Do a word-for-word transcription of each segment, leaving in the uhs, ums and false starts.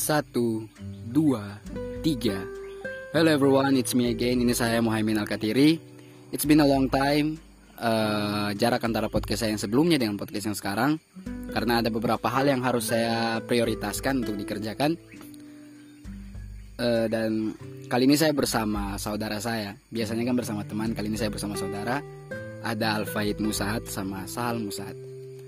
Satu, dua, tiga. Hello everyone, it's me again. Ini saya Muhaimin Al-Katiri. It's been a long time. uh, Jarak antara podcast saya yang sebelumnya dengan podcast yang sekarang, karena ada beberapa hal yang harus saya prioritaskan untuk dikerjakan. uh, Dan kali ini saya bersama saudara saya. Biasanya kan bersama teman, kali ini saya bersama saudara. Ada Alfaid Musaad sama Sahal Musaad.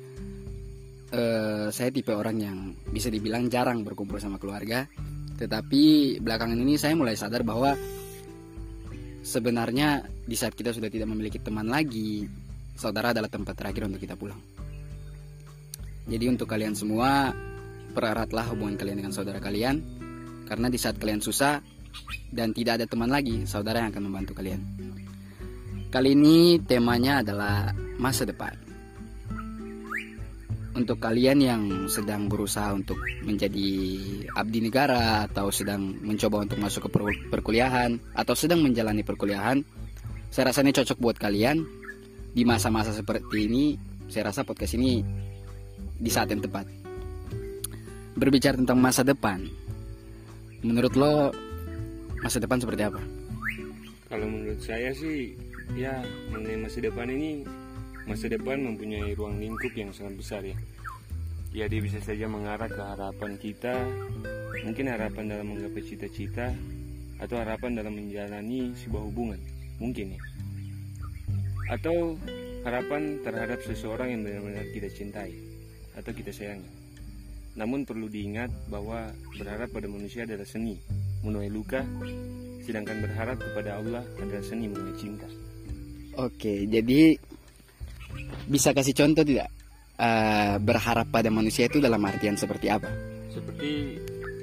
Uh, saya tipe orang yang bisa dibilang jarang berkumpul sama keluarga, tetapi belakangan ini saya mulai sadar bahwa sebenarnya di saat kita sudah tidak memiliki teman lagi, saudara adalah tempat terakhir untuk kita pulang. Jadi untuk kalian semua, pereratlah hubungan kalian dengan saudara kalian, karena di saat kalian susah dan tidak ada teman lagi, saudara yang akan membantu kalian. Kali ini temanya adalah masa depan. Untuk kalian yang sedang berusaha untuk menjadi abdi negara, atau sedang mencoba untuk masuk ke perkuliahan, atau sedang menjalani perkuliahan, saya rasa ini cocok buat kalian. Di masa-masa seperti ini, saya rasa podcast ini di saat yang tepat. Berbicara tentang masa depan, menurut lo masa depan seperti apa? Kalau menurut saya sih, ya mengenai masa depan ini, masa depan mempunyai ruang lingkup yang sangat besar ya. Ya, dia bisa saja mengarah ke harapan kita, mungkin harapan dalam menggapai cita-cita, atau harapan dalam menjalani sebuah hubungan, mungkin ya. Atau harapan terhadap seseorang yang benar-benar kita cintai atau kita sayangi. Namun perlu diingat bahwa berharap pada manusia adalah seni menuai luka, sedangkan berharap kepada Allah adalah seni menuai cinta. Oke, jadi bisa kasih contoh tidak? Uh, berharap pada manusia itu dalam artian seperti apa? Seperti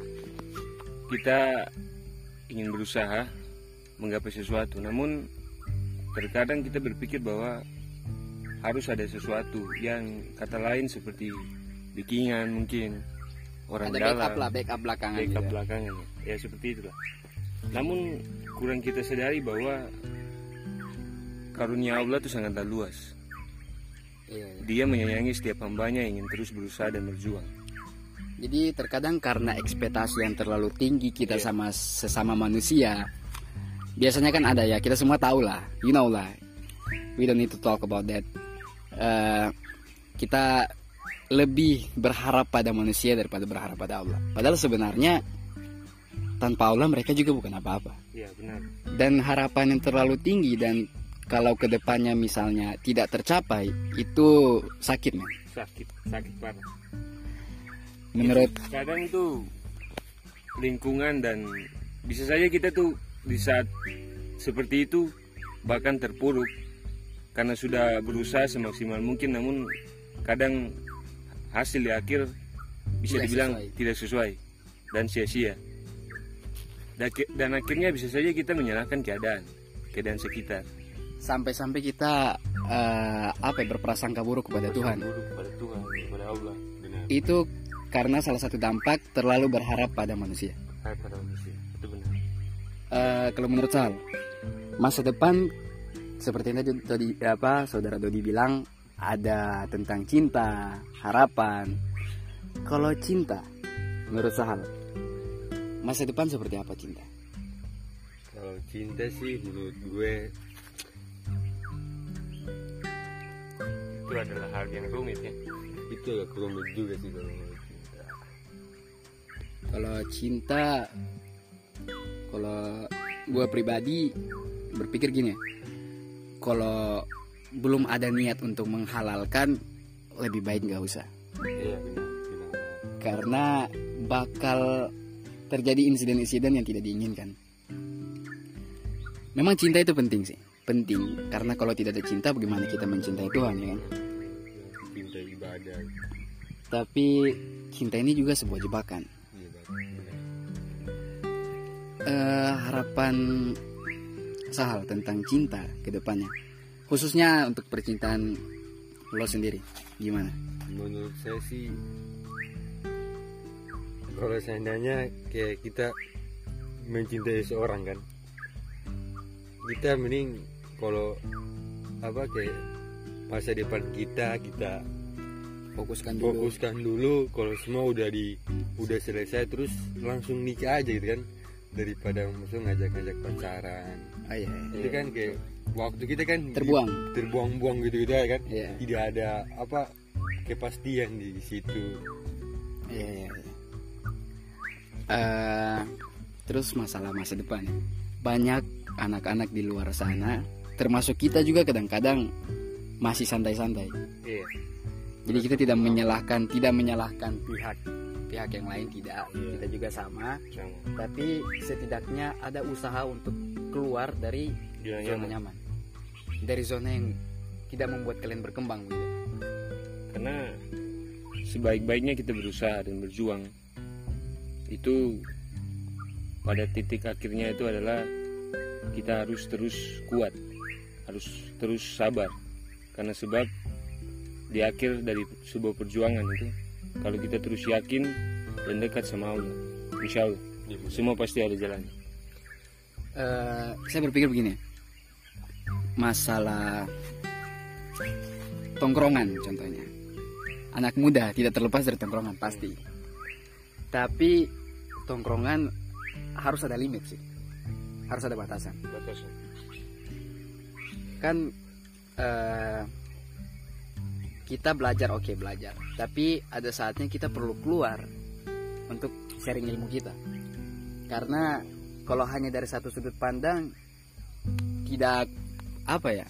kita ingin berusaha menggapai sesuatu, namun terkadang kita berpikir bahwa harus ada sesuatu yang kata lain seperti backingan, mungkin orang ada dalam, backup lah, backup belakangan, backup juga. belakangan ya, seperti itulah. Namun kurang kita sadari bahwa karunia Allah itu sangatlah luas. Dia menyayangi setiap hambanya yang ingin terus berusaha dan berjuang. Jadi terkadang karena ekspektasi yang terlalu tinggi kita yeah. sama sesama manusia, biasanya kan ada ya, kita semua tahu lah, you know lah, we don't need to talk about that. uh, Kita lebih berharap pada manusia daripada berharap pada Allah. Padahal sebenarnya tanpa Allah mereka juga bukan apa-apa. Iya, benar. Dan harapan yang terlalu tinggi, dan kalau kedepannya misalnya tidak tercapai, itu sakit man. Sakit, sakit parah. Menurut itu, kadang tuh lingkungan dan bisa saja kita tuh di saat seperti itu bahkan terpuruk karena sudah berusaha semaksimal mungkin, namun kadang hasil di akhir bisa tidak dibilang sesuai. tidak sesuai dan sia-sia. Dan, dan akhirnya bisa saja kita menyalahkan keadaan, keadaan sekitar. Sampai-sampai kita uh, apa ya, berprasangka buruk kepada Tuhan. Buruk kepada Tuhan, kepada Allah. Benar. Itu karena salah satu dampak terlalu berharap pada manusia. Berharap pada manusia, itu benar. Uh, kalau menurut Sal, masa depan seperti yang tadi, tadi apa saudara Dodi bilang, ada tentang cinta, harapan. Kalau cinta, menurut Sahal, masa depan seperti apa cinta? Kalau cinta sih menurut gue Itu adalah hal yang rumit ya. itu agak rumit juga sih kalau menurut cinta. Kalau cinta, kalau gue pribadi berpikir gini ya, kalau belum ada niat untuk menghalalkan, lebih baik nggak usah. Iya, benar, benar. Karena bakal terjadi insiden-insiden yang tidak diinginkan. Memang cinta itu penting sih, penting. Karena kalau tidak ada cinta, bagaimana kita mencintai Tuhan, ya kan? Cinta ibadah. Tapi cinta ini juga sebuah jebakan. Iya, benar. Uh, harapan Sahal tentang cinta ke depannya, khususnya untuk percintaan lo sendiri, gimana? Menurut saya sih, kalau seandainya kayak kita mencintai seorang kan, kita mending kalau apa kayak masa depan kita kita fokuskan dulu. fokuskan dulu. Kalau semua udah di udah selesai terus langsung nikah aja gitu kan, daripada maksudnya ngajak-ngajak pacaran. Oh, iya, iya. Itu kan kayak waktu kita kan Terbuang. di- terbuang-buang gitu-gitu ya kan. Iya. Tidak ada apa kepastian di situ. Iya, iya, iya. Eh, terus masalah masa depan, banyak anak-anak di luar sana, termasuk kita juga kadang-kadang masih santai-santai. Iya. Jadi kita tidak menyalahkan, tidak menyalahkan pihak pihak yang lain, tidak. Iya. Kita juga sama. Sama. Tapi setidaknya ada usaha untuk keluar dari Zona zona nyaman. nyaman, dari zona yang tidak membuat kalian berkembang. Gitu. Karena sebaik-baiknya kita berusaha dan berjuang, itu pada titik akhirnya itu adalah kita harus terus kuat, harus terus sabar. Karena sebab di akhir dari sebuah perjuangan itu, kalau kita terus yakin dan dekat sama Allah, insya Allah semua pasti ada jalannya. Eh, saya berpikir begini, masalah tongkrongan contohnya, anak muda tidak terlepas dari tongkrongan pasti, tapi tongkrongan harus ada limit sih, harus ada batasan. Batasan. Kan eh, kita belajar, oke belajar, tapi ada saatnya kita perlu keluar untuk sharing ilmu kita. Karena kalau hanya dari satu sudut pandang, tidak apa ya,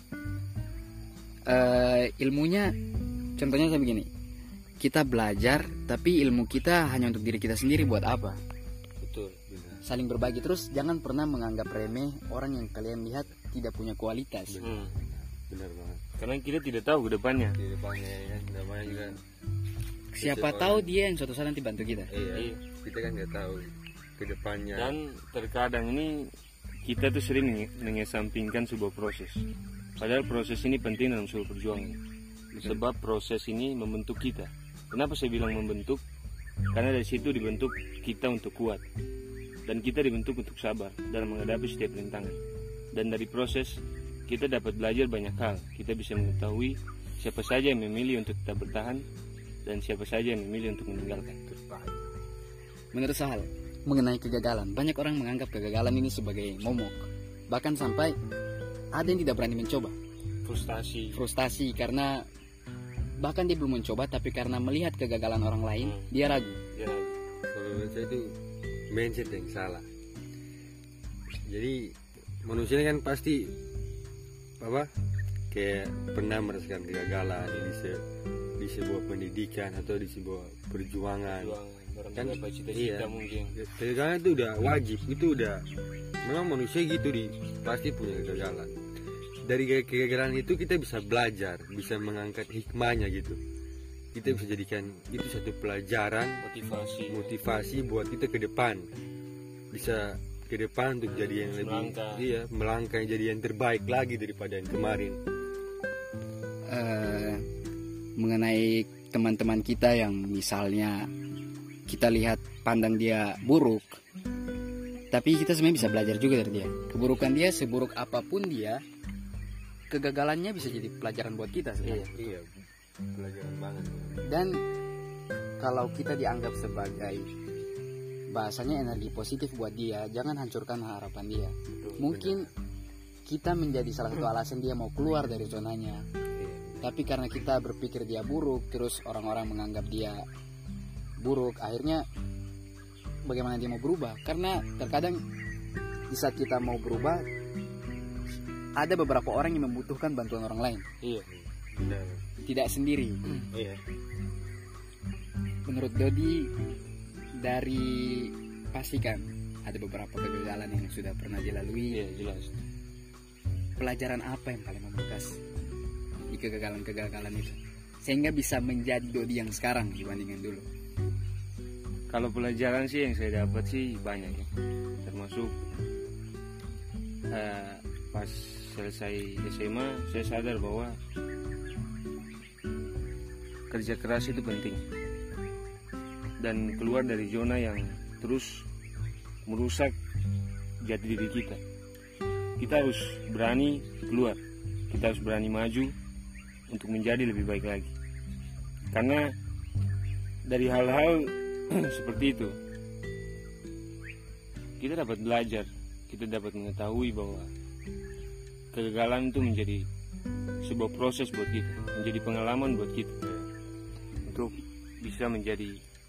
eh, ilmunya, contohnya saya begini, kita belajar tapi ilmu kita hanya untuk diri kita sendiri, buat apa? Betul, benar. Saling berbagi. Terus jangan pernah menganggap remeh orang yang kalian lihat tidak punya kualitas. Hmm. Benar banget. Karena kita tidak tahu ke depannya. Di depannya ya kan, namanya juga Siapa Siapa tahu dia yang suatu saat nanti bantu kita. iya, Iya. kita kan nggak tahu ke depannya. Dan terkadang ini kita tuh sering menge- mengesampingkan sebuah proses. Padahal proses ini penting dalam sebuah perjuangan. Sebab proses ini membentuk kita. Kenapa saya bilang membentuk? Karena dari situ dibentuk kita untuk kuat. Dan kita dibentuk untuk sabar dalam menghadapi setiap rintangan. Dan dari proses kita dapat belajar banyak hal. Kita bisa mengetahui siapa saja yang memilih untuk tetap bertahan dan siapa saja yang memilih untuk meninggalkan. Menurut Sahal, mengenai kegagalan, banyak orang menganggap kegagalan ini sebagai momok. Bahkan sampai ada yang tidak berani mencoba. Frustasi. Frustasi karena bahkan dia belum mencoba, tapi karena melihat kegagalan orang lain, Hmm. dia ragu. Ya, Kalau menurut saya itu mindset yang salah. Jadi manusia kan pasti apa kayak pernah merasakan kegagalan di, se- di sebuah pendidikan atau di sebuah perjuangan. Kan Kan, cita-cita iya. mungkin. Kegagalan itu udah wajib, itu udah memang manusia gitu di pasti punya kegagalan. Dari ke- kegagalan itu kita bisa belajar, bisa mengangkat hikmahnya gitu. Kita bisa jadikan itu satu pelajaran, Motivasi. motivasi buat kita ke depan. Bisa ke depan untuk jadi yang lebih Melangkah. iya, melangkah jadi yang terbaik lagi daripada yang kemarin. Eh, mengenai teman-teman kita yang misalnya kita lihat pandang dia buruk, tapi kita sebenarnya bisa belajar juga dari dia. Keburukan dia, seburuk apapun dia, kegagalannya bisa jadi pelajaran buat kita sebenarnya. Iya, pelajaran banget. Dan kalau kita dianggap sebagai bahasanya energi positif buat dia, jangan hancurkan harapan dia. Mungkin kita menjadi salah satu alasan dia mau keluar dari zonanya. Iya. Tapi karena kita berpikir dia buruk, terus orang-orang menganggap dia buruk, akhirnya bagaimana dia mau berubah? Karena terkadang di saat kita mau berubah, ada beberapa orang yang membutuhkan bantuan orang lain, Iya. Benar. tidak sendiri. Iya. Menurut Dodi, dari pastikan ada beberapa kegagalan yang sudah pernah dilalui. Iya, jelas. Pelajaran apa yang paling membekas di kegagalan-kegagalan itu, sehingga bisa menjadi Dodi yang sekarang dibandingkan dulu? Kalau pelajaran sih yang saya dapat sih banyak ya. Termasuk eh, pas selesai S M A saya sadar bahwa kerja keras itu penting. Dan keluar dari zona yang terus merusak jati diri kita. Kita harus berani keluar. Kita harus berani maju untuk menjadi lebih baik lagi. Karena dari hal-hal seperti itu kita dapat belajar, kita dapat mengetahui bahwa kegagalan itu menjadi sebuah proses buat kita, menjadi pengalaman buat kita untuk bisa menjadi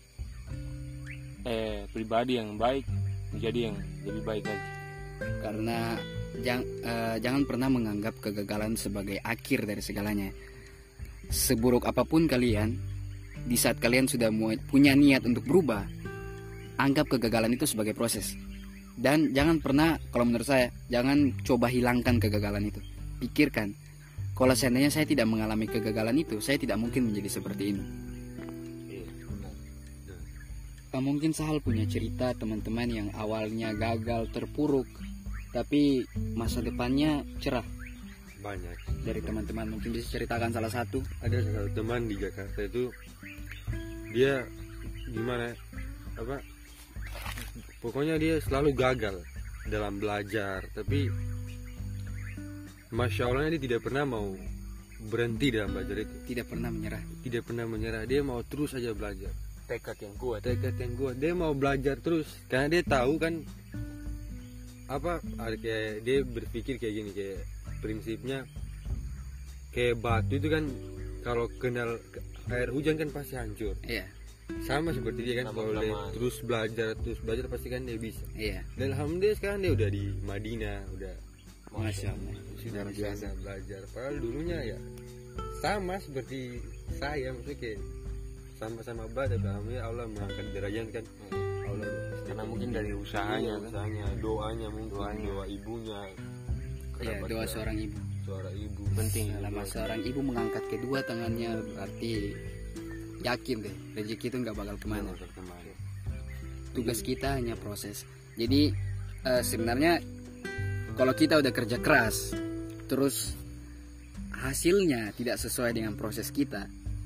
eh, pribadi yang baik, menjadi yang lebih baik lagi. Karena jang, eh, jangan pernah menganggap kegagalan sebagai akhir dari segalanya. Seburuk apapun kalian, di saat kalian sudah punya niat untuk berubah, anggap kegagalan itu sebagai proses. Dan jangan pernah, kalau menurut saya, jangan coba hilangkan kegagalan itu. Pikirkan, kalau seandainya saya tidak mengalami kegagalan itu, saya tidak mungkin menjadi seperti ini. Mungkin Sahal punya cerita teman-teman yang awalnya gagal, terpuruk, tapi masa depannya cerah. Banyak. Dari teman-teman mungkin bisa ceritakan salah satu. Ada satu teman di Jakarta itu, dia gimana? Apa? Pokoknya dia selalu gagal dalam belajar, tapi masya Allahnya dia tidak pernah mau berhenti dalam belajar itu. Tidak pernah menyerah. Tidak pernah menyerah. Dia mau terus aja belajar. Tekad yang kuat. Tekad yang kuat. Dia mau belajar terus karena dia tahu kan apa? Kayak dia berpikir kayak gini, kayak prinsipnya kayak batu itu kan kalau kenal air hujan kan pasti hancur. Iya. Sama seperti dia kan, kalau dia Lama-lama. terus belajar terus belajar pasti kan dia bisa. Iya. Dan alhamdulillah sekarang dia udah di Madinah, udah Masya Allah. sudah di sana belajar. Padahal dulunya ya sama seperti saya, maksudnya kayak sama-sama belajar. Alhamdulillah Allah mengangkat derajat kan. Allah Karena mungkin dari usahanya kan. usahanya, doanya mungkin, doanya, doa ibunya. Iya, kerabat doa dia, seorang ibu. suara ibu Penting. Selama seorang ibu mengangkat kedua tangannya, berarti yakin deh rezeki itu nggak bakal kemana. Tugas kita hanya proses. Jadi eh, sebenarnya kalau kita udah kerja keras, terus hasilnya tidak sesuai dengan proses kita,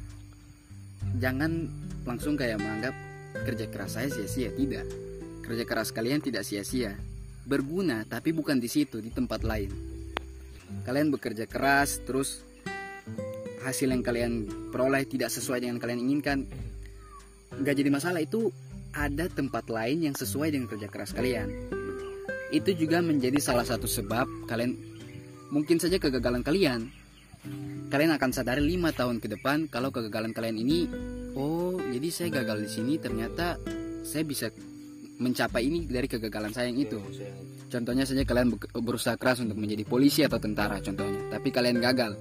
jangan langsung kayak menganggap kerja keras saya sia-sia. Tidak, kerja keras kalian tidak sia-sia, berguna, tapi bukan di situ, di tempat lain. Kalian bekerja keras, terus hasil yang kalian peroleh tidak sesuai dengan kalian inginkan, nggak jadi masalah. Itu ada tempat lain yang sesuai dengan kerja keras kalian. Itu juga menjadi salah satu sebab kalian, mungkin saja kegagalan kalian, kalian akan sadari lima tahun ke depan kalau kegagalan kalian ini, oh jadi saya gagal di sini, ternyata saya bisa mencapai ini dari kegagalan saya yang itu. Contohnya saja kalian berusaha keras untuk menjadi polisi atau tentara contohnya, tapi kalian gagal.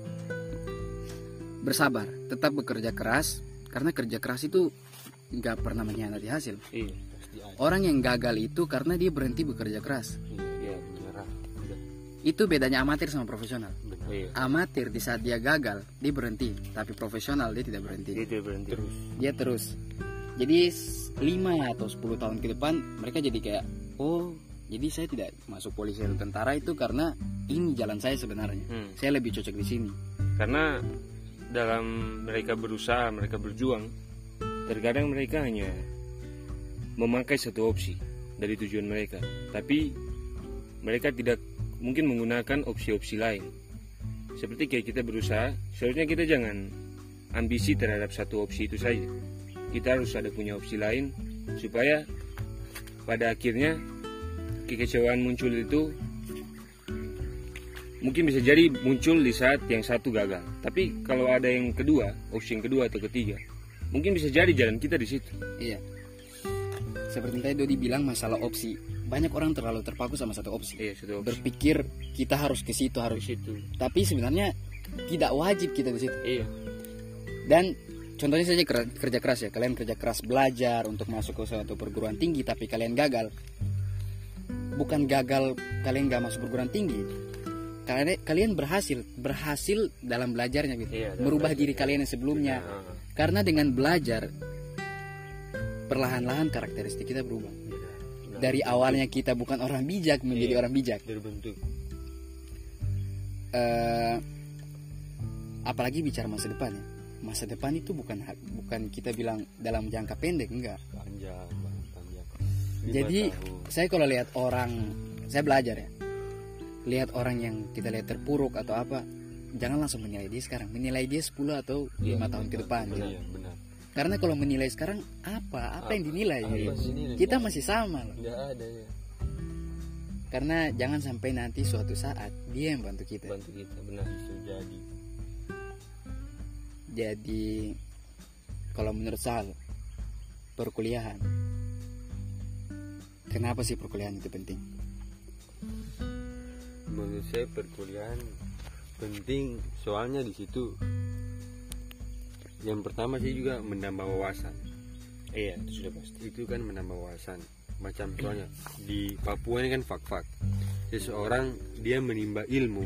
Bersabar, tetap bekerja keras, karena kerja keras itu nggak pernah mengkhianati hasil. Iya, pasti ada. Orang yang gagal itu karena dia berhenti bekerja keras. Iya, menyerah. Itu bedanya amatir sama profesional. Iya. Amatir di saat dia gagal dia berhenti, tapi profesional dia tidak berhenti. Dia tidak berhenti. terus. Dia terus. Jadi lima atau sepuluh tahun ke depan mereka jadi kayak, oh jadi saya tidak masuk polisi atau tentara itu karena ini jalan saya sebenarnya. Hmm. Saya lebih cocok di sini. Karena dalam mereka berusaha, mereka berjuang, terkadang mereka hanya memakai satu opsi dari tujuan mereka, tapi mereka tidak mungkin menggunakan opsi-opsi lain. Seperti kayak kita berusaha, seharusnya kita jangan ambisi terhadap satu opsi itu saja. Kita harus ada punya opsi lain supaya pada akhirnya kekecewaan muncul itu mungkin bisa jadi muncul di saat yang satu gagal. Tapi kalau ada yang kedua, opsi yang kedua atau ketiga, mungkin bisa jadi jalan kita di situ. Iya. Seperti tadi Dodi bilang masalah opsi. Banyak orang terlalu terpaku sama satu opsi. Iya, satu opsi. Berpikir kita harus ke situ, harus Di situ. Tapi sebenarnya tidak wajib kita di situ. Iya. Dan contohnya saja ker- kerja keras ya. Kalian kerja keras belajar untuk masuk ke suatu perguruan tinggi, tapi kalian gagal. Bukan gagal kalian gak masuk perguruan tinggi. Kalian kalian berhasil, berhasil dalam belajarnya gitu. Iya, dalam Merubah belajar. diri kalian yang sebelumnya. Nah, Karena dengan belajar perlahan-lahan karakteristik kita berubah. Dari awalnya kita bukan orang bijak menjadi Iya. orang bijak. Terbentuk. Eh, apalagi bicara masa depan ya. Masa depan itu bukan ha- bukan kita bilang dalam jangka pendek, enggak. Panjang, panjang. Lima Jadi tahun. saya kalau lihat orang, saya belajar ya. Lihat orang yang kita lihat terpuruk atau apa, jangan langsung menilai dia sekarang, menilai dia sepuluh atau lima tahun ke depan. Benar, gitu. benar. Karena kalau menilai sekarang apa apa yang dinilai? Apa gitu. dinilai? Kita masih sama loh. Nggak ada ya. Karena jangan sampai nanti suatu saat dia yang bantu kita. Bantu kita, benar, bisa jadi. Jadi kalau menurut saya perkuliahan, kenapa sih perkuliahan itu penting? Menurut saya perkuliahan penting soalnya di situ yang pertama sih juga menambah wawasan. Iya, itu sudah pasti. Itu kan menambah wawasan. Macam soalnya di Papua ini kan fak-fak. Seseorang dia menimba ilmu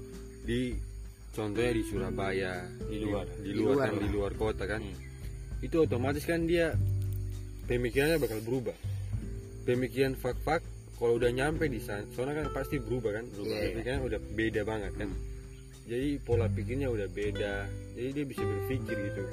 di contohnya di Surabaya, Di luar. di, Di luar, luar kan, lah. di luar kota kan. Hmm. Itu otomatis kan dia pemikirannya bakal berubah. Pemikiran fak-fak kalau udah nyampe di sana, soalnya kan pasti berubah kan, berubah. Iya, iya. Pemikirannya udah beda banget kan. Jadi pola pikirnya udah beda. Jadi dia bisa berpikir gitu.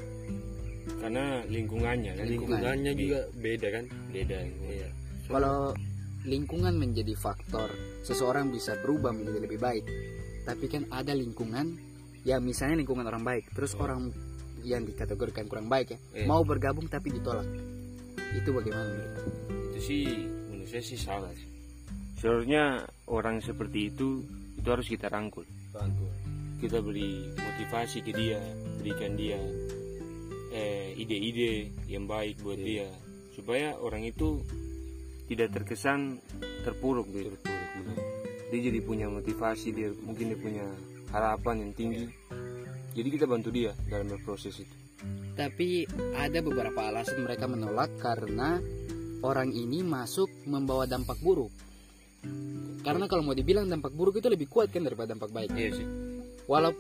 Karena lingkungannya kan. Lingkungan. Lingkungannya juga beda kan. Beda. Iya. Kalau lingkungan menjadi faktor seseorang bisa berubah menjadi lebih baik, tapi kan ada lingkungan, ya misalnya lingkungan orang baik, terus orang yang dikategorikan kurang baik ya, Iya. mau bergabung tapi ditolak, itu bagaimana menurut? Itu sih menurut saya sih salah sih. Seharusnya orang seperti itu itu harus kita rangkul. Rangkul. Kita beri motivasi ke dia, berikan dia eh, ide-ide yang baik buat dia, supaya orang itu tidak terkesan terpuruk gitu. Dia jadi punya motivasi, dia mungkin dia punya harapan yang tinggi. Jadi kita bantu dia dalam berproses itu. Tapi ada beberapa alasan mereka menolak karena orang ini masuk membawa dampak buruk. Karena kalau mau dibilang dampak buruk itu lebih kuat kan daripada dampak baik. Iya sih. Walau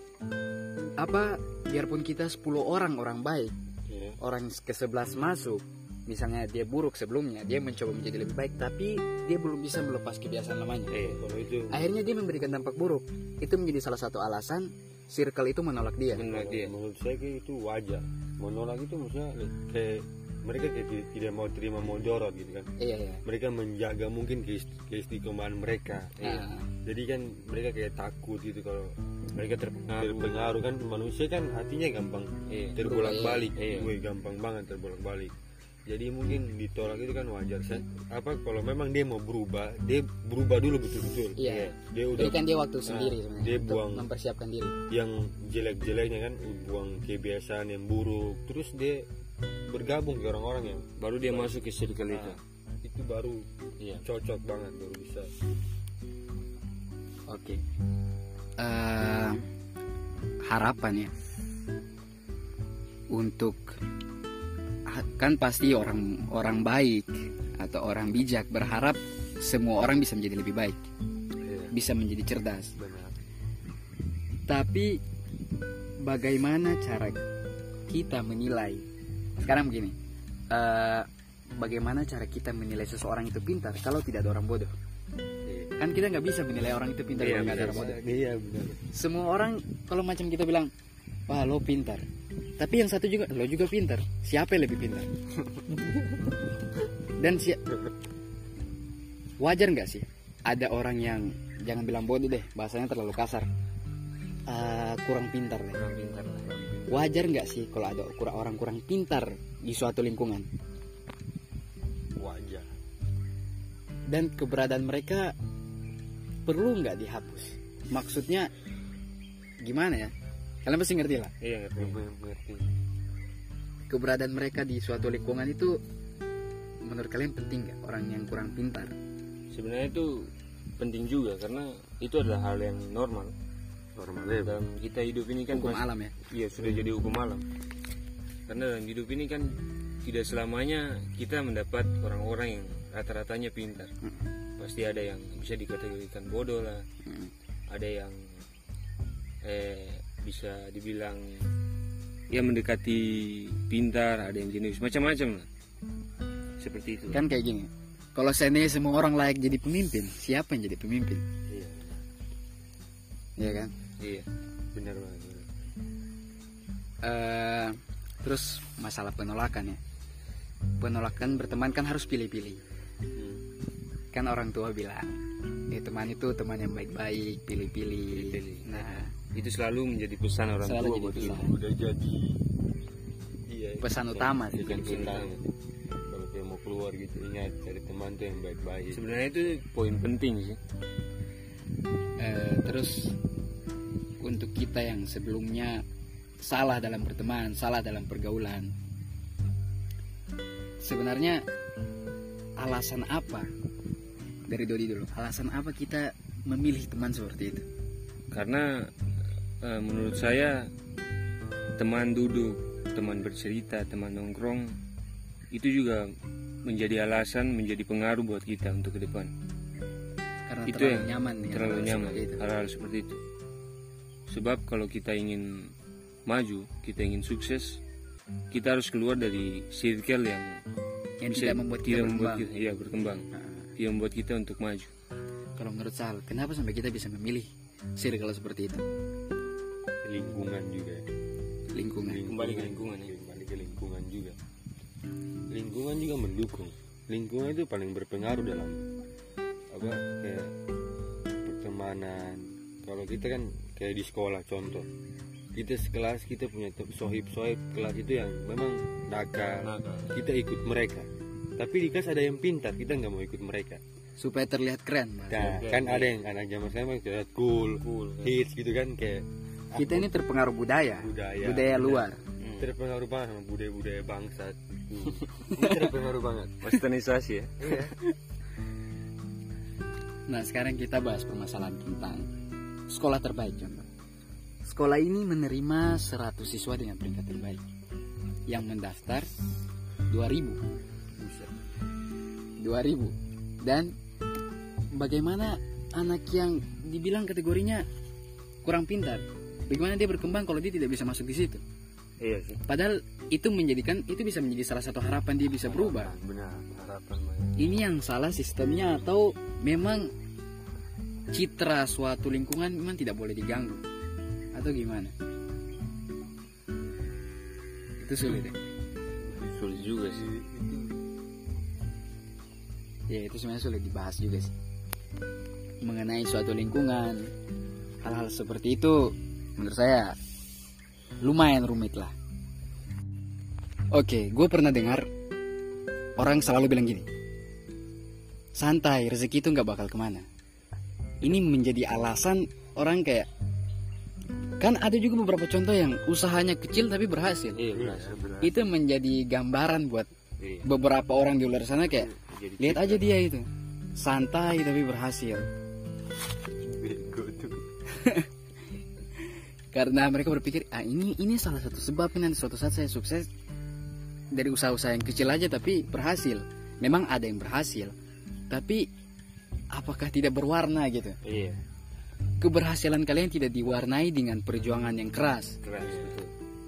apa, biarpun kita sepuluh orang orang baik, Iya. orang ke sebelas masuk, misalnya dia buruk sebelumnya, dia mencoba menjadi lebih baik, tapi dia belum bisa melepas kebiasaan lamanya. Iya. Kalau itu Akhirnya dia memberikan dampak buruk. Itu menjadi salah satu alasan circle itu menolak dia. Menolak dia. menurut saya kayak itu wajar. Menolak itu maksudnya kayak mereka kayak ti- tidak mau terima modorot gitu kan. Iya, iya. Mereka menjaga mungkin keist- keistiqomahan mereka. Nah, Jadi kan mereka kayak takut gitu kalau Mereka terpengaruh. terpengaruh kan, manusia kan hatinya gampang Iya. terbolak-balik. Iya. Gue gampang banget terbolak-balik. Jadi mungkin ditolak itu kan wajar. Saya, apa kalau memang dia mau berubah, dia berubah dulu betul-betul. iya. Dia udah Berikan dia waktu sendiri sebenarnya dia untuk buang mempersiapkan diri. yang jelek-jeleknya kan, buang kebiasaan yang buruk, terus dia bergabung ke orang-orang yang Baru dia masuk ke circle itu. nah, itu baru Iya. cocok banget, baru bisa. Oke. Eh, harapan ya untuk kan pasti orang orang baik atau orang bijak berharap semua orang bisa menjadi lebih baik, Iya, bisa menjadi cerdas. benar. Tapi bagaimana cara kita menilai? Sekarang begini, eh, bagaimana cara kita menilai seseorang itu pintar kalau tidak ada orang bodoh? Iya. Kan kita nggak bisa menilai orang itu pintar kalau nggak ada orang bodoh. Iya, benar. Semua orang kalau macam kita bilang, wah lo pintar, tapi yang satu juga, lo juga pintar. Siapa yang lebih pintar? Dan si wajar nggak sih ada orang yang, jangan bilang bodoh deh, bahasanya terlalu kasar, Eh, kurang pintar deh. Orang pintar lah. Wajar nggak sih kalau ada kurang orang kurang pintar di suatu lingkungan, Wajar. dan keberadaan mereka perlu nggak dihapus? Maksudnya gimana ya? Kalian pasti ngerti lah. Iya, ngerti. Mengerti. Keberadaan mereka di suatu lingkungan itu menurut kalian penting nggak, orang yang kurang pintar? Sebenarnya itu penting juga karena itu adalah hal yang normal Normalnya dalam kita hidup ini kan. Hukum mas- alam ya. Iya, sudah jadi hukum alam. Karena dalam hidup ini kan tidak selamanya kita mendapat orang-orang yang rata-ratanya pintar. Pasti ada yang bisa dikategorikan bodoh lah, Mm. ada yang eh bisa dibilang ya mendekati pintar, ada yang jenis macam-macam lah. Seperti itu. Kan kayak gini, kalau seandainya semua orang layak jadi pemimpin, siapa yang jadi pemimpin? Iya, Iya kan? Iya. benar banget. benar. Eh, terus masalah penolakan ya, penolakan berteman kan harus pilih-pilih. Hmm. Kan orang tua bilang, eh teman itu teman yang baik-baik, pilih-pilih. Nah, Itu selalu menjadi pesan orang Selalu tua jadi buat pesan. kita. Udah jadi iya, Pesan utama sih. pesan utama. Kalau kayak mau keluar gitu ingat cari teman tuh yang baik-baik. Sebenarnya itu poin penting sih. Eh, terus untuk kita yang sebelumnya salah dalam berteman, salah dalam pergaulan, sebenarnya alasan apa dari Dodi dulu? Alasan apa kita memilih teman seperti itu? Karena eh, menurut saya teman duduk, teman bercerita, teman nongkrong itu juga menjadi alasan, menjadi pengaruh buat kita untuk ke depan. Karena Itu terlalu yang nyaman dengan terlalu hal nyaman seperti itu. hal-hal seperti itu. Sebab kalau kita ingin maju, kita ingin sukses, kita harus keluar dari circle yang Yang bisa- tidak membuat kita tidak membuat berkembang. kita, iya, berkembang, Nah, yang membuat kita untuk maju. kalau menurut Sal, kenapa sampai kita bisa memilih circle seperti itu? Lingkungan juga. Lingkungan. Kembali ke lingkungan, ya. Kembali ke lingkungan juga. Lingkungan juga mendukung. Lingkungan itu paling berpengaruh dalam apa kayak pertemanan. Kalau kita kan kayak di sekolah contoh, kita sekelas kita punya te- sohib-sohib kelas itu yang memang nakal, Nakal. kita ikut mereka. Tapi di kelas ada yang pintar, kita nggak mau ikut mereka. Supaya terlihat keren, Mas. Nah, Oke, kan oke. ada yang anak zaman sekarang yang terlihat cool, Cool, kan. hits gitu kan kayak Kita ini terpengaruh budaya, budaya, budaya luar. terpengaruh banget sama budaya-budaya bangsat. Ini terpengaruh banget. Westernisasi ya. Nah, sekarang kita bahas permasalahan tentang sekolah terbaik, contoh. Sekolah ini menerima seratus siswa dengan peringkat terbaik. Yang mendaftar dua ribu. dua ribu. Dan bagaimana anak yang dibilang kategorinya kurang pintar, bagaimana dia berkembang kalau dia tidak bisa masuk di situ? Iya sih. Padahal itu menjadikan itu bisa menjadi salah satu harapan dia bisa berubah. Benar, harapan banyak. Ini yang salah sistemnya atau memang citra suatu lingkungan memang tidak boleh diganggu atau gimana? Itu sulit ya. Sulit juga sih. Ya itu sebenarnya sulit dibahas juga sih. Mengenai suatu lingkungan, hal-hal seperti itu menurut saya lumayan rumit lah. Oke, gue pernah dengar orang selalu bilang gini, santai, rezeki itu nggak bakal kemana. Ini menjadi alasan orang kayak, kan ada juga beberapa contoh yang usahanya kecil tapi berhasil. Iya benar. benar. Itu menjadi gambaran buat Iya. beberapa orang di luar sana kayak, Jadi lihat aja dia itu, santai tapi berhasil. Bego tuh. Karena mereka berpikir, ah ini ini salah satu sebab nanti suatu saat saya sukses dari usaha-usaha yang kecil aja tapi berhasil. Memang ada yang berhasil, tapi apakah tidak berwarna gitu? Iya. Keberhasilan kalian tidak diwarnai dengan perjuangan yang keras. Keras betul.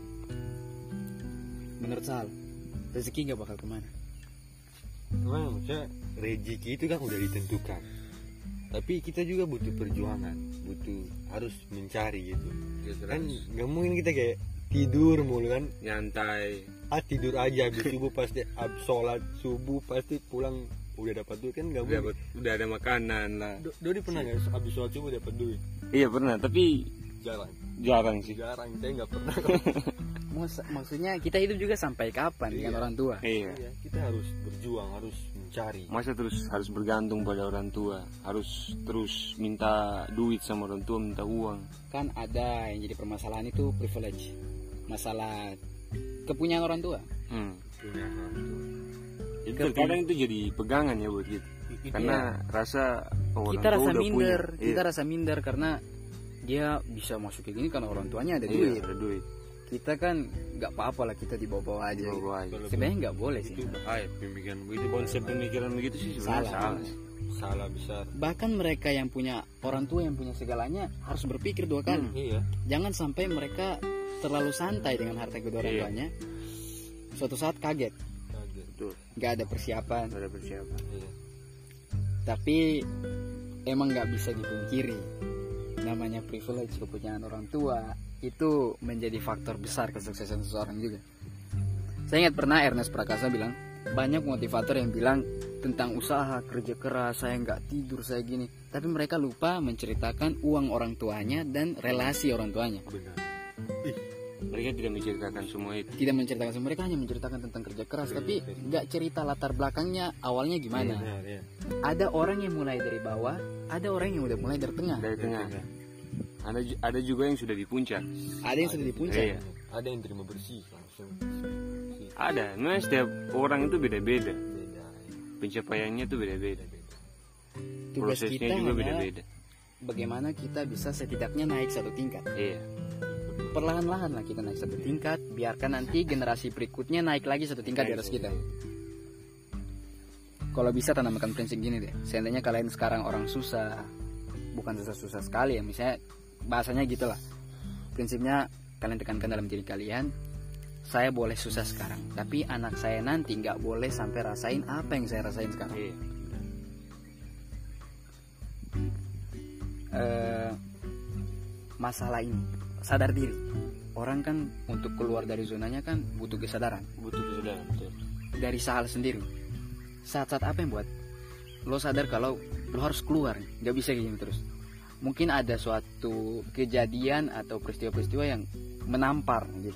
Menurut Sal, rezeki nggak bakal kemana. Memang maksudnya rezeki itu kan udah ditentukan. Tapi kita juga butuh perjuangan, butuh harus mencari gitu. Kan nggak mungkin kita kayak tidur mulu kan, Nyantai. ah tidur aja habis subuh pasti ab sholat subuh pasti pulang udah dapat duit kan nggak Udah, mungkin. udah ada makanan lah. Do- Dodi pernah nggak habis sholat subuh dapat duit? Iya pernah, tapi Jarang, jarang sih. jarang. Saya nggak pernah. Mus- Maksudnya kita hidup juga sampai kapan dengan Iya. orang tua? Iya. Iya, kita harus berjuang, harus mencari. Masa terus harus bergantung pada orang tua, harus terus minta duit sama orang tua, minta uang. Kan ada yang jadi permasalahan itu privilege, masalah kepunyaan orang tua. Hmm. Punya orang tua. Itu terkadang itu jadi pegangan ya buat kita. Karena rasa oh, orang Kita tua rasa udah minder, punya. kita Iya. rasa minder karena dia bisa masuk kayak gini karena orang tuanya ada Iya, duit. ada duit. Kita kan nggak apa-apa lah, kita dibawa-bawa aja. Bawa aja. Sebenarnya nggak boleh sih. Itu bahaya pemikiran begitu. Konsep pemikiran begitu sih sebenarnya Salah. salah. sih. Salah besar. Bahkan mereka yang punya orang tua yang punya segalanya harus berpikir dua kali. Hmm. Iya. Jangan sampai mereka terlalu santai dengan harta kedua orang Iya. tuanya. Suatu saat kaget, Kaget. Betul. nggak ada persiapan. Nggak ada persiapan. Iya. Tapi emang nggak bisa dipungkiri, namanya privilege, kepunyaan orang tua itu menjadi faktor besar kesuksesan seseorang juga. Saya ingat pernah Ernest Prakasa bilang, banyak motivator yang bilang tentang usaha, kerja keras, saya nggak tidur, saya gini. Tapi mereka lupa menceritakan uang orang tuanya dan relasi orang tuanya. Benar. Mereka tidak menceritakan semua itu. Tidak menceritakan semua, mereka hanya menceritakan tentang kerja keras, tapi nggak cerita latar belakangnya awalnya gimana. Benar, ya. Ada orang yang mulai dari bawah, ada orang yang udah mulai dari tengah. Dari tengah. Ada ada juga yang sudah di puncak. Ada yang sudah di puncak. Iya. Ada yang terima bersih langsung. Ada. Memang setiap orang itu beda-beda. Beda. Pencapaiannya itu beda-beda. Tugas Prosesnya kita juga hanya beda-beda. bagaimana kita bisa setidaknya naik satu tingkat. Iya. Perlahan-lahan lah kita naik satu tingkat, biarkan nanti generasi berikutnya naik lagi satu tingkat di atas kita. Kalau bisa tanamkan prinsip gini deh, seandainya kalian sekarang orang susah, bukan susah-susah sekali ya, misalnya bahasanya gitulah. Prinsipnya kalian tekankan dalam diri kalian, saya boleh susah sekarang, tapi anak saya nanti nggak boleh sampai rasain apa yang saya rasain sekarang. Iya. Uh, masalah ini, sadar diri. Orang kan untuk keluar dari zonanya kan butuh kesadaran. Butuh kesadaran, betul. Dari hal sendiri. Saat-saat apa yang buat lo sadar kalau lo harus keluar, nggak bisa kayak gini terus. Mungkin ada suatu kejadian atau peristiwa-peristiwa yang menampar gitu.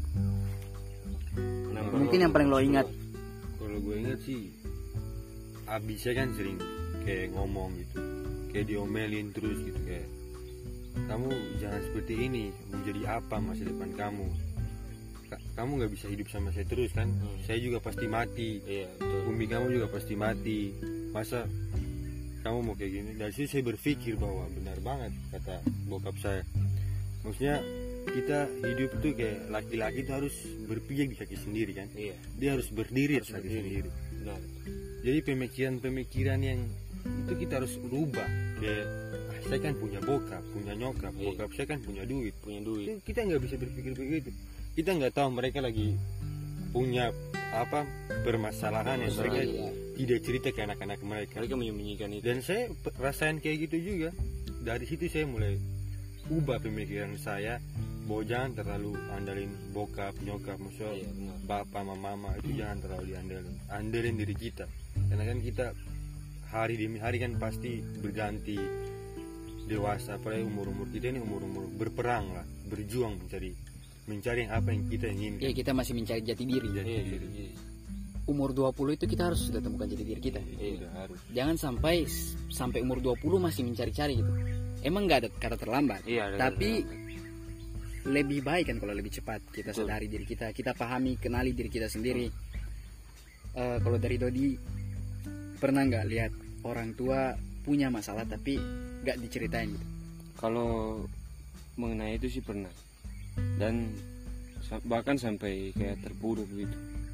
Menampar Mungkin yang paling lo ingat. Kalau gue ingat sih, abis saya kan sering kayak ngomong gitu, kayak diomelin terus gitu, kayak kamu jangan seperti ini, mau jadi apa masa depan kamu? Ka- kamu nggak bisa hidup sama saya terus kan? Hmm. Saya juga pasti mati. Iya, betul. Bumi kamu juga pasti mati. Masa kamu mau kayak gini? Dari situ saya berpikir bahwa benar banget kata bokap saya. Maksudnya kita hidup tuh kayak laki-laki tuh harus berpikir di kaki sendiri kan? Iya. Dia harus berdiri Harus di kaki berdiri. sendiri. Benar. Jadi pemikiran-pemikiran yang itu kita harus rubah. Kayak ah, saya kan punya bokap, punya nyokap, Iya. bokap saya kan punya duit. Punya duit. Itu kita nggak bisa berpikir begitu. Kita nggak tahu mereka lagi punya apa permasalahan yang mereka Iya. tidak cerita ke anak-anak mereka. Mereka menyembunyikan itu. Dan saya p- rasain kayak gitu juga. Dari situ saya mulai ubah pemikiran saya bahwa jangan terlalu andalin bokap, nyokap, maksudnya Iya, benar. bapak, sama mama itu jangan terlalu diandalin. Andalin diri kita. Karena kan kita hari demi hari kan pasti berganti dewasa, apalagi umur-umur kita ini umur-umur berperang lah, berjuang mencari mencari apa yang kita inginkan. Ya kita masih mencari jati diri. Jati Iya, diri. iya. Umur dua puluh itu kita harus sudah temukan jati diri kita. Itu udah harus. Jangan sampai sampai umur dua puluh masih mencari-cari gitu. Emang nggak ada kata terlambat. Iya, ada Tapi terlambat. lebih baik kan kalau lebih cepat kita Betul. sadari diri kita, kita pahami, kenali diri kita sendiri. Eh, kalau dari Dodi, pernah nggak lihat orang tua punya masalah tapi nggak diceritain gitu? Kalau mengenai itu sih pernah. Dan sa- bahkan sampai kayak terpuruk gitu.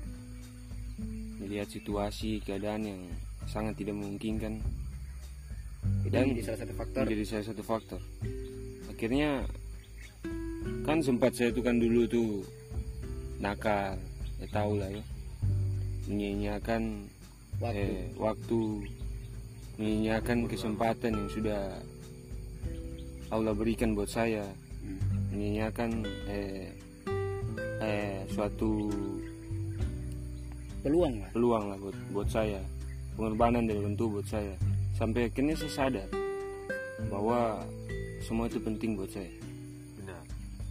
Melihat situasi, keadaan yang sangat tidak memungkinkan. Itu Dan menjadi salah satu faktor. menjadi salah satu faktor. Akhirnya kan sempat saya itu kan dulu tuh nakal, ya tahu lah ya, menyia-nyiakan Waktu. eh, waktu, menyia-nyiakan kesempatan yang sudah Allah berikan buat saya, Hmm. menyia-nyiakan eh, eh, suatu Peluang lah. peluang lah buat buat saya, pengorbanan dari orang tua buat saya, sampai akhirnya saya sadar bahwa semua itu penting buat saya. Benar.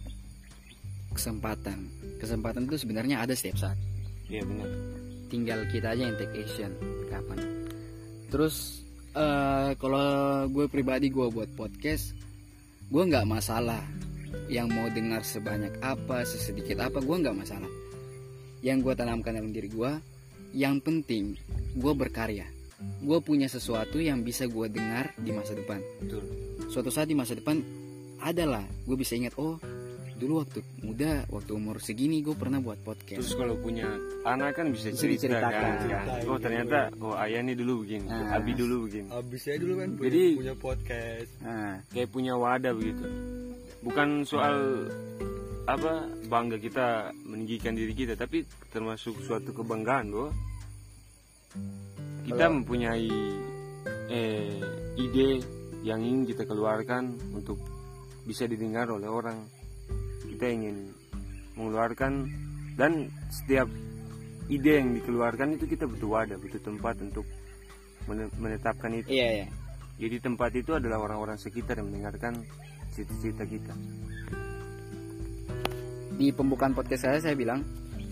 Kesempatan. Kesempatan itu sebenarnya ada setiap saat. Iya benar. Tinggal kita aja yang take action kapan. Terus eh kalau gue pribadi gue buat podcast, gue nggak masalah yang mau dengar sebanyak apa, sesedikit apa, gue nggak masalah. Yang gue tanamkan dalam diri gue, yang penting gue berkarya. Gue punya sesuatu yang bisa gue dengar di masa depan. Betul. Suatu saat di masa depan adalah gue bisa ingat, oh dulu waktu muda, waktu umur segini gue pernah buat podcast. Terus kalau punya anak kan bisa Bisa cerita diceritakan. kan, Ceritain. oh ternyata oh ayah nih dulu begini, Nah. Abi dulu begini, Abis saya dulu kan punya, Jadi- punya podcast. Nah, kayak punya wadah begitu. Bukan soal apa bangga kita meninggikan diri kita, tapi termasuk suatu kebanggaan bahwa kita Kalau- mempunyai eh, ide yang ingin kita keluarkan untuk bisa didengar oleh orang. Kita ingin mengeluarkan, dan setiap ide yang dikeluarkan itu kita butuh wadah, butuh tempat untuk menetapkan itu. Iya, iya. Jadi tempat itu adalah orang-orang sekitar yang mendengarkan cita-cita kita. Di pembukaan podcast saya saya bilang,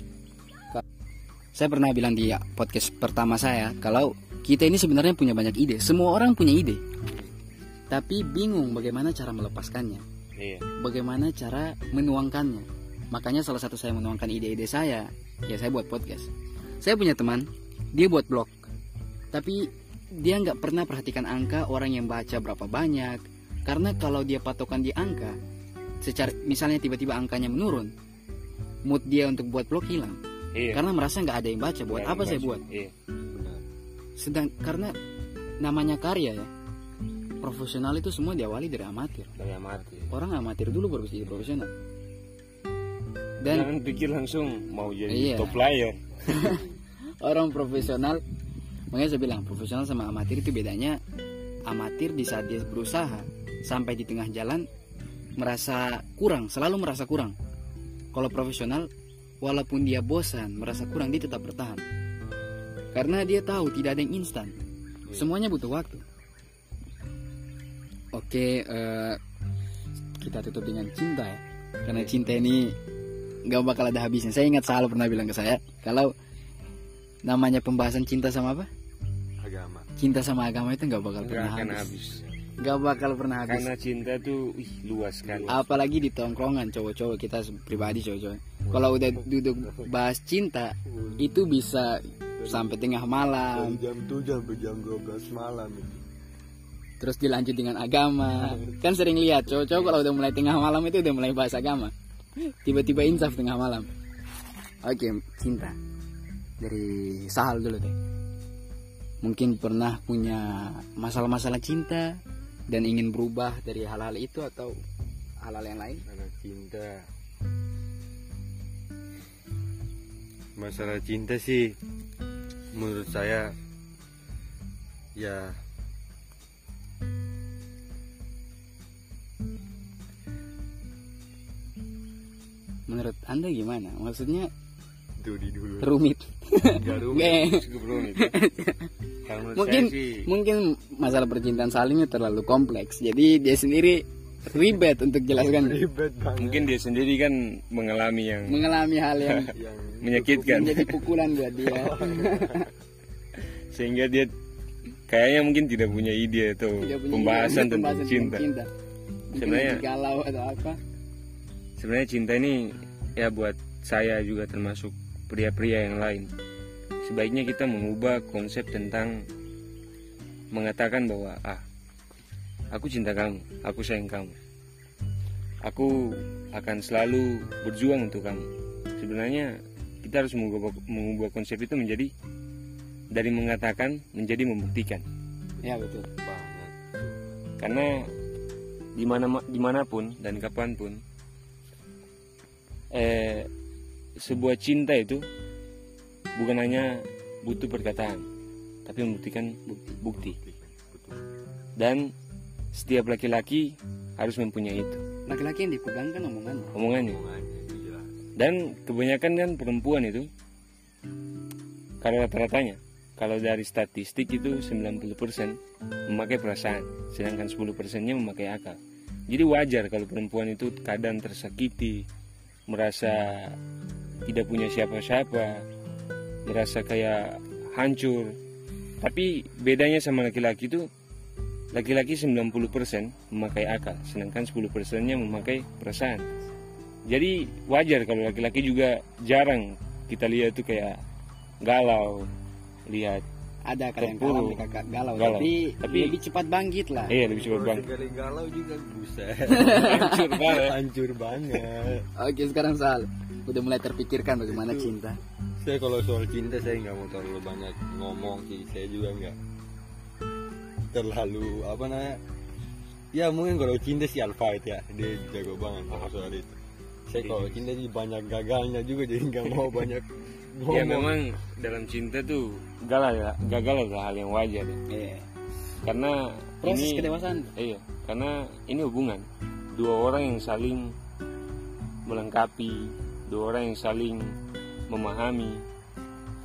saya pernah bilang di podcast pertama saya kalau kita ini sebenarnya punya banyak ide. Semua orang punya ide, tapi bingung bagaimana cara melepaskannya. Iya. Bagaimana cara menuangkannya. Makanya salah satu saya menuangkan ide-ide saya, ya saya buat podcast. Saya punya teman, dia buat blog, tapi dia nggak pernah perhatikan angka orang yang baca berapa banyak. Karena kalau dia patokan di angka, secara misalnya tiba-tiba angkanya menurun, mood dia untuk buat blog hilang. Iya. Karena merasa nggak ada yang baca, buat Nggak apa yang saya baca. buat? Iya. Sedang karena namanya karya ya, profesional itu semua diawali dari amatir. Dari amatir. Orang amatir dulu baru bisa jadi profesional. Dan Jangan pikir langsung mau jadi Iya. top player. orang profesional, makanya saya bilang profesional sama amatir itu bedanya. Amatir di saat dia berusaha sampai di tengah jalan merasa kurang, selalu merasa kurang. Kalau profesional, walaupun dia bosan, merasa kurang, dia tetap bertahan. Karena dia tahu tidak ada yang instan, semuanya butuh waktu. Oke, eh, kita tutup dengan cinta ya. Karena cinta ini gak bakal ada habisnya. Saya ingat Sal pernah bilang ke saya, kalau namanya pembahasan cinta sama apa? Agama. Cinta sama agama itu gak bakal Nggak pernah akan habis. habis. Gak bakal pernah habis. Karena cinta tuh ih, luas sekali. Apalagi di tongkrongan cowok-cowok, kita pribadi cowok-cowok. Kalau udah duduk bahas cinta, itu bisa sampai tengah malam. Jam tujuh sampai jam dua belas malam itu. Terus dilanjut dengan agama. Kan sering lihat cowok-cowok kalau udah mulai tengah malam itu udah mulai bahas agama. Tiba-tiba insaf tengah malam. Oke, cinta. Dari Sahal dulu deh. Mungkin pernah punya masalah-masalah cinta dan ingin berubah dari hal-hal itu atau hal-hal yang lain? Karena cinta. Masalah cinta sih menurut saya ya Menurut Anda gimana? Maksudnya Dudi dulu. rumit. Nggak rumit. Nggak. Cukup rumit. Kalau menurut mungkin saya sih mungkin masalah percintaan Salim itu terlalu kompleks. Jadi dia sendiri ribet untuk jelaskan. Ribet banget. mungkin dia sendiri kan mengalami yang Mengalami hal yang Yang menyakitkan. menjadi pukulan buat dia. Sehingga dia kayaknya mungkin tidak punya ide atau Dia punya pembahasan ide, tentang pembahasan cinta. cinta. Mungkin Sebenarnya- lagi galau atau apa? Sebenarnya cinta ini ya buat saya juga termasuk pria-pria yang lain. Sebaiknya kita mengubah konsep tentang mengatakan bahwa ah, aku cinta kamu, aku sayang kamu, aku akan selalu berjuang untuk kamu. Sebenarnya kita harus mengubah, mengubah konsep itu menjadi dari mengatakan menjadi membuktikan. Ya betul. banget. Karena dimana dimanapun dan kapanpun eh, sebuah cinta itu bukan hanya butuh perkataan, tapi membuktikan bukti. bukti. Dan setiap laki-laki harus mempunyai itu Laki-laki yang dipegang kan omongannya. omongannya. Hubungannya itu jelas. Dan kebanyakan kan perempuan itu, kalau rata-ratanya, kalau dari statistik itu sembilan puluh persen memakai perasaan, sedangkan sepuluh persennya memakai akal. Jadi wajar kalau perempuan itu kadang tersakiti, merasa tidak punya siapa-siapa, merasa kayak hancur. Tapi bedanya sama laki-laki itu, laki-laki sembilan puluh persen memakai akal, sedangkan sepuluh persennya memakai perasaan. Jadi wajar kalau laki-laki juga jarang kita lihat tuh kayak galau, lihat Ada kadang Terpuruk. galau, kakak galau, Galau. tapi, Tapi- lebih cepat bangkit lah. eh lebih cepat Kalau bang. sekali galau juga buset. Hancur banget. Hancur banget. Oke, sekarang Sal udah mulai terpikirkan bagaimana cinta. Saya kalau soal cinta saya nggak mau terlalu banyak ngomong sih. Saya juga nggak terlalu apa namanya. Ya mungkin kalau cinta sih Alfight ya, dia jago banget kalau soal itu. Saya kalau cinta sih banyak gagalnya juga, jadi nggak mau banyak ngomong. Ya memang dalam cinta tuh gagal gagal adalah hal yang wajar ya. Iya. Karena Proses ini kedewasaan. iya, karena ini hubungan dua orang yang saling melengkapi, dua orang yang saling memahami.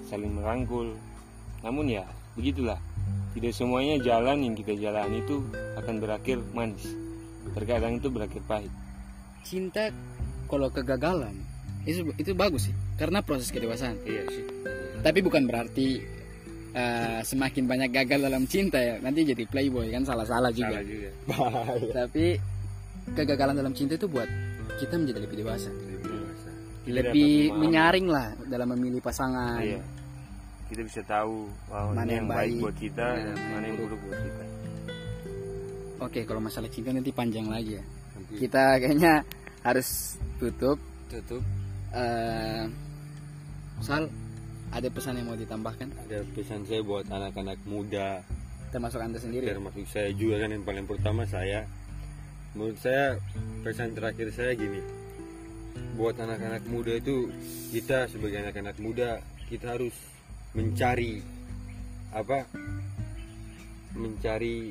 saling merangkul. Namun ya begitulah, tidak semuanya jalan yang kita jalani itu akan berakhir manis. Terkadang itu berakhir pahit. Cinta kalau kegagalan itu itu bagus sih, karena proses kedewasaan. Iya sih. Tapi bukan berarti uh, semakin banyak gagal dalam cinta ya nanti jadi playboy, kan salah-salah juga. Salah juga. Tapi kegagalan dalam cinta itu buat kita menjadi lebih dewasa, Lebih dewasa. Kita lebih dapat memahami. menyaring lah dalam memilih pasangan. Iya. Kita bisa tahu oh, Mana ini yang yang baik baik, buat kita mana dan yang mana yang buruk. buruk buat kita. Oke, kalau masalah cinta nanti panjang lagi ya. Nanti Kita kayaknya harus tutup. Tutup. Eh, Sal, ada pesan yang mau ditambahkan? ada pesan saya buat anak-anak muda, Termasuk Anda sendiri. termasuk saya juga kan, yang paling pertama saya. Menurut saya pesan terakhir saya gini, buat anak-anak muda itu, kita sebagai anak-anak muda kita harus mencari apa? Mencari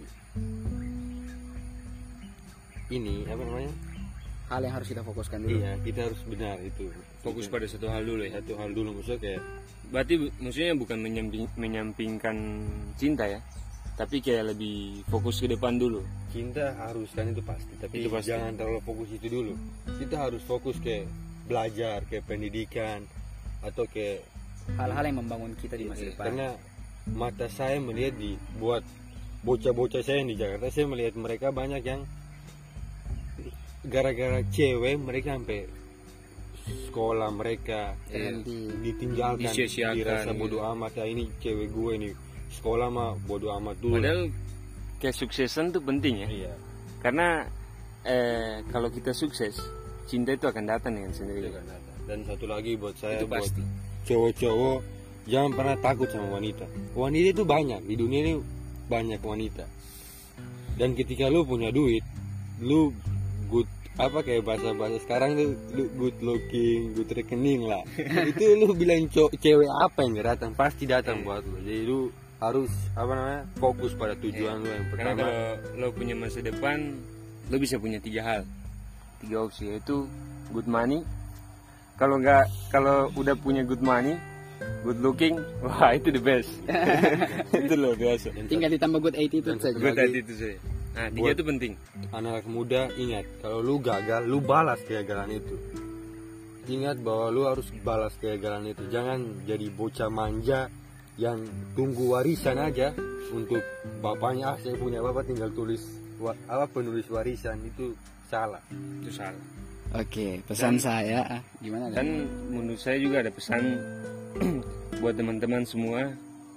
ini apa namanya? Hal yang harus kita fokuskan dulu. Iya, kita harus benar itu. Fokus Kita- pada satu hal dulu ya. satu hal dulu, maksudnya kayak Berarti bu- maksudnya bukan menyamping, menyampingkan cinta ya, tapi kayak lebih fokus ke depan dulu. cinta harus kan itu pasti, tapi Itu pasti. jangan terlalu fokus itu dulu. Kita harus fokus ke belajar, ke pendidikan, atau ke Hal-hal yang membangun kita di masa depan. karena mata saya melihat di buat bocah-bocah saya yang di Jakarta, saya melihat mereka banyak yang gara-gara cewek mereka sampai sekolah mereka Terhenti. ditinggalkan, Disia-siakan, dirasa gitu. bodoh amat, ya ini cewek gue ini sekolah mah bodoh amat dulu. Padahal kesuksesan itu penting ya. Iya. Karena eh, kalau kita sukses, cinta itu akan datang dengan sendirinya. Dan satu lagi buat saya, Itu buat pasti. cowok-cowok, jangan pernah takut sama wanita. Wanita itu banyak, di dunia ini banyak wanita. Dan ketika lu punya duit, lu good apa kayak bahasa-bahasa sekarang tuh, lu good looking, good rekening lah. Itu lu bilang cowok cewek apa yang nggak datang, pasti datang buat lu. Jadi lu harus apa namanya, fokus pada tujuan lu yang Karena pertama. kalau lo punya masa depan, lo bisa punya tiga hal, tiga opsi, yaitu good money. Kalau nggak, kalau udah punya good money, good looking, wah itu the best. Itu loh biasa. Tinggal ditambah good attitude Dan saja. satu Good lagi, attitude saya. Nah, tiga Buat- itu penting. anak muda ingat, kalau lu gagal, lu balas kegagalan itu. Ingat bahwa lu harus balas kegagalan itu. Jangan jadi bocah manja yang tunggu warisan aja untuk bapaknya. Ah, saya punya bapak, tinggal tulis wa- apa penulis warisan. Itu salah. Itu salah. Oke, pesan saya ah, gimana? Dan Dan menurut saya juga ada pesan buat teman-teman semua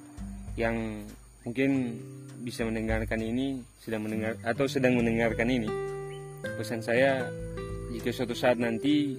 yang mungkin bisa mendengarkan ini, sedang mendengar atau sedang mendengarkan ini. Pesan saya, jika suatu saat nanti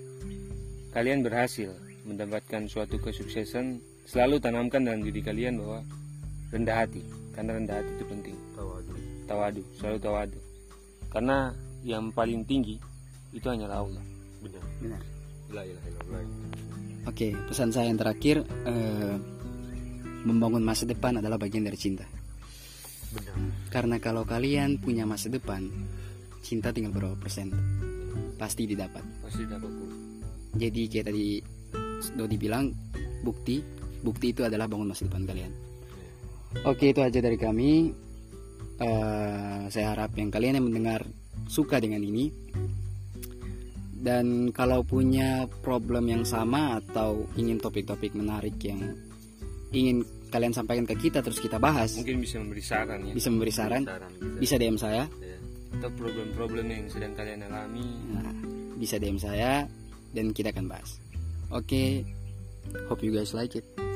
kalian berhasil mendapatkan suatu kesuksesan, selalu tanamkan dalam diri kalian bahwa rendah hati, karena rendah hati itu penting. Tawadu. Tawadu, selalu tawadu. Karena yang paling tinggi itu hanyalah Allah. Benar. benar. La ilaha illallah. Oke, pesan saya yang terakhir, eh, membangun masa depan adalah bagian dari cinta. Benar. Karena kalau kalian punya masa depan, cinta tinggal berapa persen, pasti didapat. Pasti dapat Bu. Jadi kayak tadi Dodi bilang, bukti, bukti itu adalah bangun masa depan kalian. Oke, itu aja dari kami. Eh, saya harap yang kalian yang mendengar suka dengan ini. Dan kalau punya problem yang sama atau ingin topik-topik menarik yang ingin kalian sampaikan ke kita terus kita bahas, Mungkin bisa memberi saran ya. bisa memberi saran, Saran bisa. bisa D M saya. Ya. Atau problem-problem yang sedang kalian alami. Nah, bisa D M saya dan kita akan bahas. Oke, hope you guys like it.